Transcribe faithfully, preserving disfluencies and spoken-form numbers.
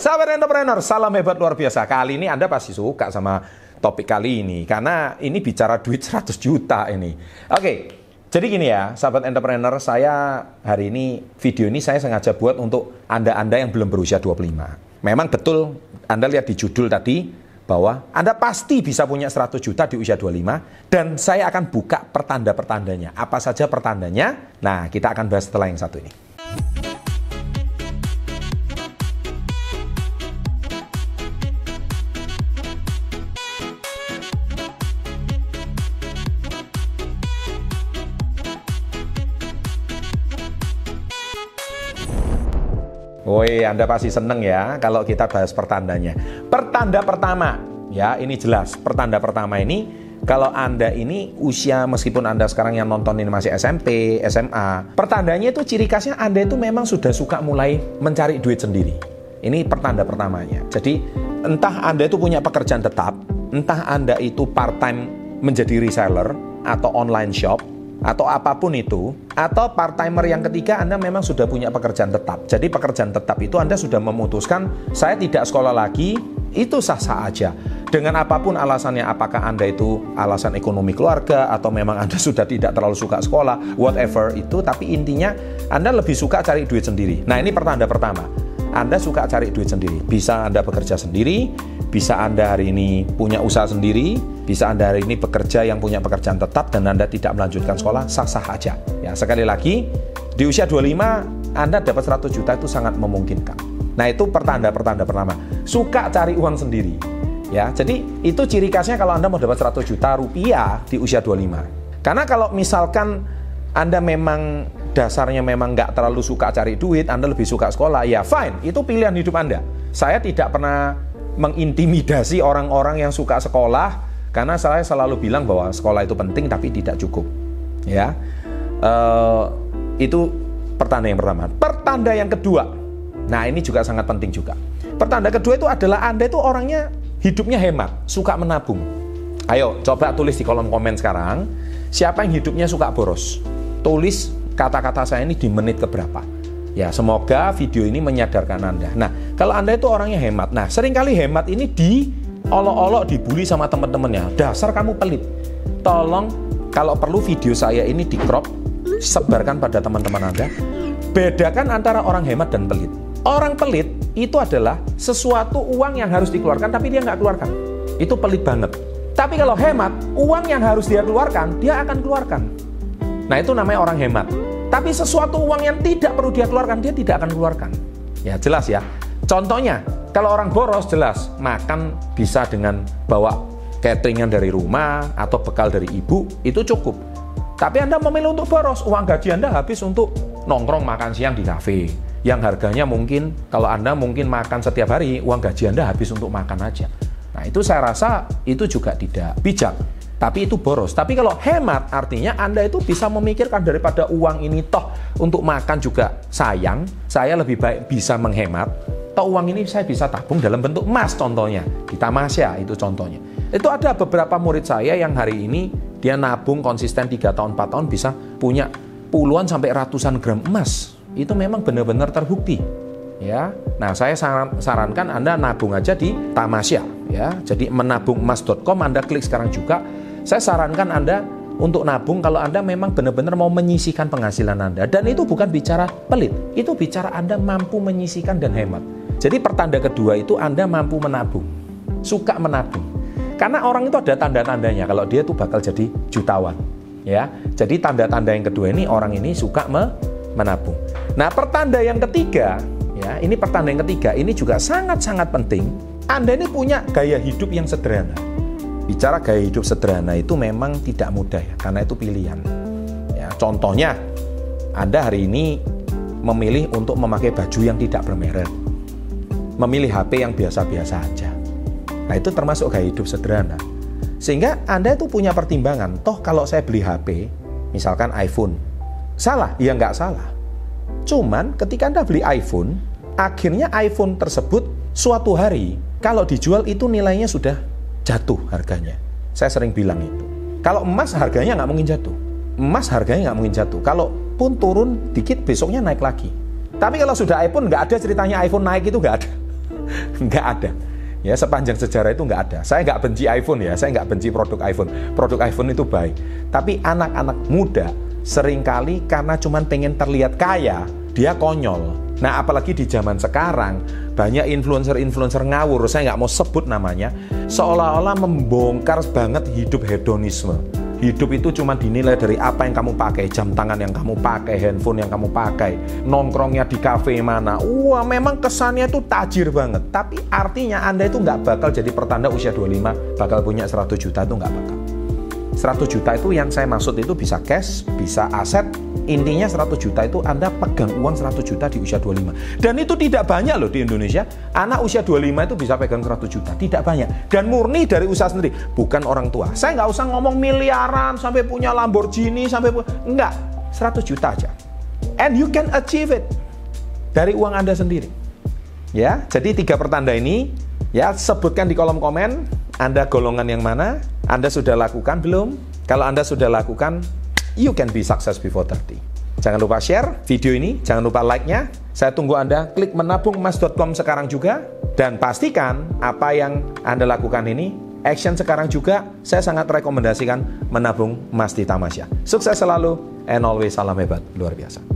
sahabat entrepreneur, salam hebat luar biasa. Kali ini Anda pasti suka sama topik kali ini, karena ini bicara duit seratus juta ini. Oke, jadi gini ya, sahabat entrepreneur, saya hari ini, video ini saya sengaja buat untuk Anda-Anda yang belum berusia dua puluh lima. Memang betul, Anda lihat di judul tadi, bahwa Anda pasti bisa punya seratus juta di usia dua puluh lima, dan saya akan buka pertanda-pertandanya. Apa saja pertandanya? Nah, kita akan bahas setelah yang satu ini. Woi, Anda pasti seneng ya kalau kita bahas pertandanya. Pertanda pertama, ya ini jelas. Pertanda pertama ini, kalau Anda ini usia, meskipun Anda sekarang yang nonton ini masih S M P, S M A, pertandanya itu ciri khasnya Anda itu memang sudah suka mulai mencari duit sendiri. Ini pertanda pertamanya. Jadi entah Anda itu punya pekerjaan tetap, entah Anda itu part-time menjadi reseller atau online shop, atau apapun itu, atau part-timer yang ketiga, Anda memang sudah punya pekerjaan tetap. Jadi pekerjaan tetap itu Anda sudah memutuskan, saya tidak sekolah lagi, itu sah-sah aja. Dengan apapun alasannya, apakah Anda itu alasan ekonomi keluarga, atau memang Anda sudah tidak terlalu suka sekolah, whatever itu, tapi intinya Anda lebih suka cari duit sendiri. Nah, ini pertanda pertama. Anda suka cari duit sendiri. Bisa Anda bekerja sendiri, bisa Anda hari ini punya usaha sendiri, bisa Anda hari ini bekerja yang punya pekerjaan tetap dan Anda tidak melanjutkan sekolah, sah-sah aja. Ya, sekali lagi, di usia dua puluh lima Anda dapat seratus juta itu sangat memungkinkan. Nah, itu pertanda-pertanda pertama. Suka cari uang sendiri. Ya, jadi itu ciri khasnya kalau Anda mau dapat seratus juta rupiah di usia dua puluh lima. Karena kalau misalkan Anda memang dasarnya memang nggak terlalu suka cari duit, Anda lebih suka sekolah, ya fine, itu pilihan hidup Anda. Saya tidak pernah mengintimidasi orang-orang yang suka sekolah, karena saya selalu bilang bahwa sekolah itu penting tapi tidak cukup. Ya, uh, itu pertanda yang pertama. Pertanda yang kedua, nah ini juga sangat penting juga. Pertanda kedua itu adalah Anda itu orangnya hidupnya hemat, suka menabung. Ayo coba tulis di kolom komen sekarang, siapa yang hidupnya suka boros? Tulis kata-kata saya ini di menit keberapa. Ya, semoga video ini menyadarkan Anda. Nah, kalau Anda itu orangnya hemat, nah seringkali hemat ini diolok-olok, dibully sama teman-temannya. Dasar kamu pelit. Tolong, kalau perlu video saya ini di crop, sebarkan pada teman-teman Anda. Bedakan antara orang hemat dan pelit. Orang pelit itu adalah sesuatu uang yang harus dikeluarkan tapi dia nggak keluarkan. Itu pelit banget. Tapi kalau hemat, uang yang harus dia keluarkan, dia akan keluarkan. Nah, itu namanya orang hemat. Tapi sesuatu uang yang tidak perlu dia keluarkan, dia tidak akan keluarkan. Ya, jelas ya. Contohnya, kalau orang boros, jelas makan bisa dengan bawa cateringan dari rumah atau bekal dari ibu, itu cukup. Tapi Anda memilih untuk boros, uang gaji Anda habis untuk nongkrong makan siang di kafe, yang harganya mungkin, kalau Anda mungkin makan setiap hari, uang gaji Anda habis untuk makan aja. Nah, itu saya rasa itu juga tidak bijak. Tapi itu boros. Tapi kalau hemat, artinya Anda itu bisa memikirkan daripada uang ini toh untuk makan juga sayang, saya lebih baik bisa menghemat. Toh uang ini saya bisa tabung dalam bentuk emas contohnya. Di Tamasya itu contohnya. Itu ada beberapa murid saya yang hari ini dia nabung konsisten tiga tahun, empat tahun bisa punya puluhan sampai ratusan gram emas. Itu memang benar-benar terbukti. Ya, nah saya sarankan Anda nabung aja di Tamasya. Ya, jadi menabung emas dot com, Anda klik sekarang juga. Saya sarankan Anda untuk nabung kalau Anda memang benar-benar mau menyisihkan penghasilan Anda. Dan itu bukan bicara pelit, itu bicara Anda mampu menyisihkan dan hemat. Jadi pertanda kedua itu Anda mampu menabung, suka menabung. Karena orang itu ada tanda-tandanya kalau dia itu bakal jadi jutawan. Ya, jadi tanda-tanda yang kedua ini, orang ini suka me menabung. Nah, pertanda yang ketiga, ya ini pertanda yang ketiga, ini juga sangat-sangat penting. Anda ini punya gaya hidup yang sederhana. Bicara gaya hidup sederhana itu memang tidak mudah ya, karena itu pilihan. Ya, contohnya, Anda hari ini memilih untuk memakai baju yang tidak bermerek, memilih H P yang biasa-biasa aja. Nah, itu termasuk gaya hidup sederhana. Sehingga Anda itu punya pertimbangan, toh kalau saya beli H P, misalkan iPhone, salah? Ya nggak salah. Cuman ketika Anda beli iPhone, akhirnya iPhone tersebut suatu hari, kalau dijual itu nilainya sudah jatuh harganya. Saya sering bilang itu. Kalau emas harganya nggak mungkin jatuh. Emas harganya nggak mungkin jatuh. Kalau pun turun dikit besoknya naik lagi. Tapi kalau sudah iPhone nggak ada ceritanya iPhone naik, itu nggak ada. Nggak ada. Ya, sepanjang sejarah itu nggak ada. Saya nggak benci iPhone ya, saya nggak benci produk iPhone. Produk iPhone itu baik. Tapi anak-anak muda seringkali karena cuman pengen terlihat kaya, dia konyol. Nah, apalagi di zaman sekarang, banyak influencer-influencer ngawur, saya nggak mau sebut namanya, seolah-olah membongkar banget hidup hedonisme. Hidup itu cuma dinilai dari apa yang kamu pakai, jam tangan yang kamu pakai, handphone yang kamu pakai, nongkrongnya di kafe mana. Wah, memang kesannya itu tajir banget. Tapi artinya Anda itu nggak bakal jadi pertanda usia dua puluh lima bakal punya seratus juta, itu nggak bakal. seratus juta itu yang saya maksud itu bisa cash, bisa aset. Intinya seratus juta itu Anda pegang uang seratus juta di usia dua puluh lima. Dan itu tidak banyak loh di Indonesia. Anak usia dua puluh lima itu bisa pegang seratus juta. Tidak banyak. Dan murni dari usaha sendiri. Bukan orang tua. Saya nggak usah ngomong miliaran sampai punya Lamborghini. sampai pu- Enggak. seratus juta aja. And you can achieve it. Dari uang Anda sendiri. Ya, jadi tiga pertanda ini. Ya, sebutkan di kolom komen. Anda golongan yang mana? Anda sudah lakukan belum? Kalau Anda sudah lakukan, you can be success before thirty. Jangan lupa share video ini, jangan lupa like-nya. Saya tunggu Anda klik menabung emas dot com sekarang juga. Dan pastikan apa yang Anda lakukan ini, action sekarang juga. Saya sangat rekomendasikan menabung emas di Tamasya. Sukses selalu, and always salam hebat, luar biasa.